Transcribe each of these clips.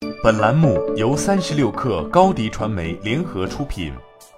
本栏目由36氪高迪传媒联合出品。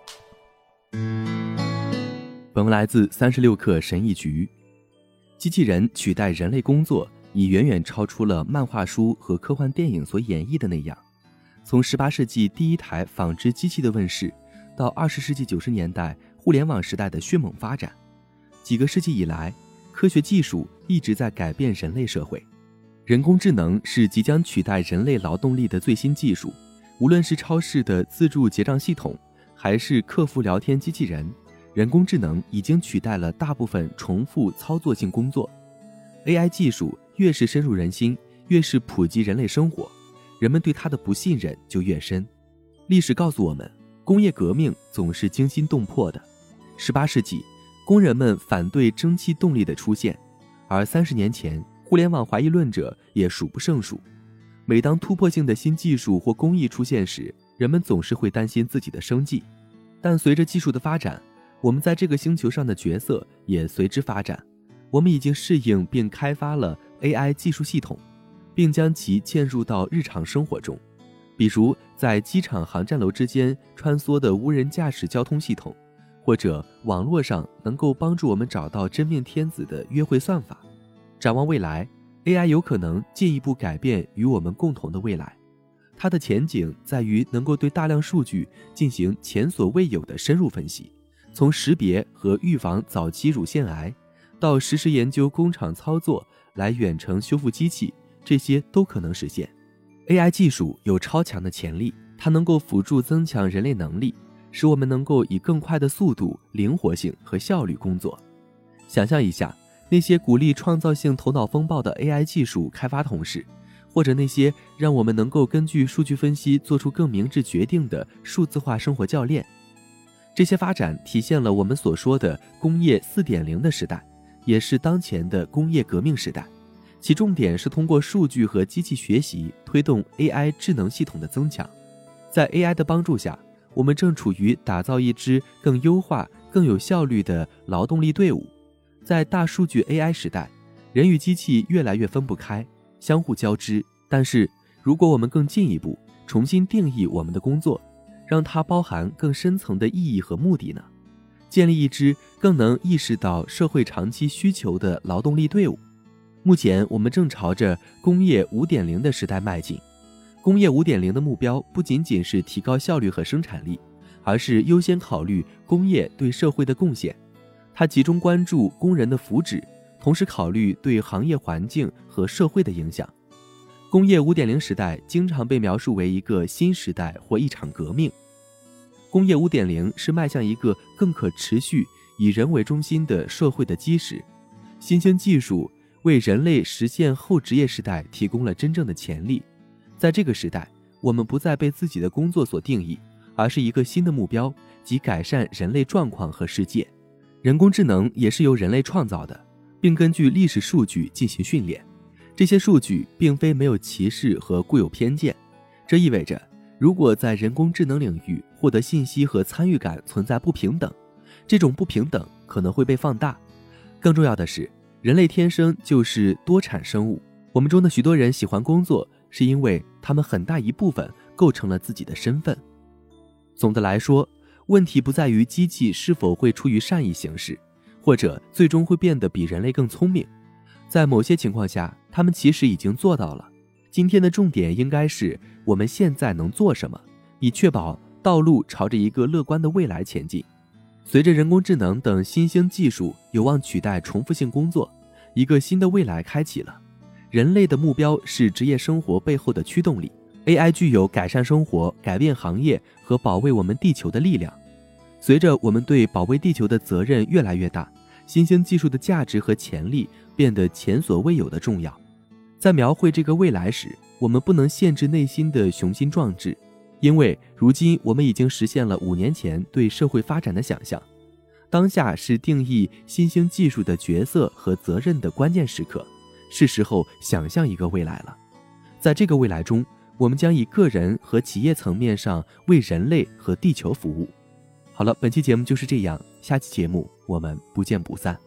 本文来自36氪神译局。机器人取代人类工作已远远超出了漫画书和科幻电影所演绎的那样。从18世纪第一台纺织机器的问世，到20世纪90年代互联网时代的迅猛发展，几个世纪以来，科学技术一直在改变人类社会。人工智能是即将取代人类劳动力的最新技术，无论是超市的自助结账系统，还是客服聊天机器人，人工智能已经取代了大部分重复操作性工作。 AI 技术越是深入人心，越是普及人类生活，人们对它的不信任就越深。历史告诉我们，工业革命总是惊心动魄的。18世纪，工人们反对蒸汽动力的出现，而30年前，互联网怀疑论者也数不胜数。每当突破性的新技术或工艺出现时，人们总是会担心自己的生计。但随着技术的发展，我们在这个星球上的角色也随之发展。我们已经适应并开发了 AI 技术系统，并将其嵌入到日常生活中，比如在机场航站楼之间穿梭的无人驾驶交通系统，或者网络上能够帮助我们找到真命天子的约会算法。展望未来， AI 有可能进一步改变与我们共同的未来。它的前景在于能够对大量数据进行前所未有的深入分析，从识别和预防早期乳腺癌，到实时研究工厂操作来远程修复机器，这些都可能实现。 AI 技术有超强的潜力，它能够辅助增强人类能力，使我们能够以更快的速度、灵活性和效率工作。想象一下，那些鼓励创造性头脑风暴的 AI 技术开发同事，或者那些让我们能够根据数据分析做出更明智决定的数字化生活教练。这些发展体现了我们所说的工业 4.0 的时代，也是当前的工业革命时代。其重点是通过数据和机器学习推动 AI 智能系统的增强。在 AI 的帮助下，我们正处于打造一支更优化、更有效率的劳动力队伍。在大数据 AI 时代，人与机器越来越分不开，相互交织。但是，如果我们更进一步重新定义我们的工作，让它包含更深层的意义和目的呢？建立一支更能意识到社会长期需求的劳动力队伍。目前，我们正朝着工业 5.0 的时代迈进。工业 5.0 的目标不仅仅是提高效率和生产力，而是优先考虑工业对社会的贡献。它集中关注工人的福祉，同时考虑对行业环境和社会的影响。工业 5.0 时代经常被描述为一个新时代或一场革命。工业 5.0 是迈向一个更可持续、以人为中心的社会的基石。新兴技术为人类实现后职业时代提供了真正的潜力。在这个时代，我们不再被自己的工作所定义，而是一个新的目标，即改善人类状况和世界。人工智能也是由人类创造的，并根据历史数据进行训练。这些数据并非没有歧视和固有偏见，这意味着如果在人工智能领域获得信息和参与感存在不平等，这种不平等可能会被放大。更重要的是，人类天生就是多产生物，我们中的许多人喜欢工作，是因为他们很大一部分构成了自己的身份。总的来说，问题不在于机器是否会出于善意行事，或者最终会变得比人类更聪明。在某些情况下，他们其实已经做到了。今天的重点应该是我们现在能做什么，以确保道路朝着一个乐观的未来前进。随着人工智能等新兴技术有望取代重复性工作，一个新的未来开启了。人类的目标是职业生活背后的驱动力。AI 具有改善生活、改变行业和保卫我们地球的力量。随着我们对保卫地球的责任越来越大，新兴技术的价值和潜力变得前所未有的重要。在描绘这个未来时，我们不能限制内心的雄心壮志，因为如今我们已经实现了5年前对社会发展的想象。当下是定义新兴技术的角色和责任的关键时刻，是时候想象一个未来了。在这个未来中，我们将以个人和企业层面上为人类和地球服务。好了，本期节目就是这样，下期节目我们不见不散。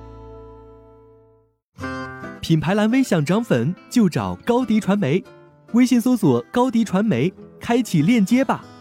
品牌蓝 V 想涨粉就找高迪传媒。 微信搜索高迪传媒，开启链接吧。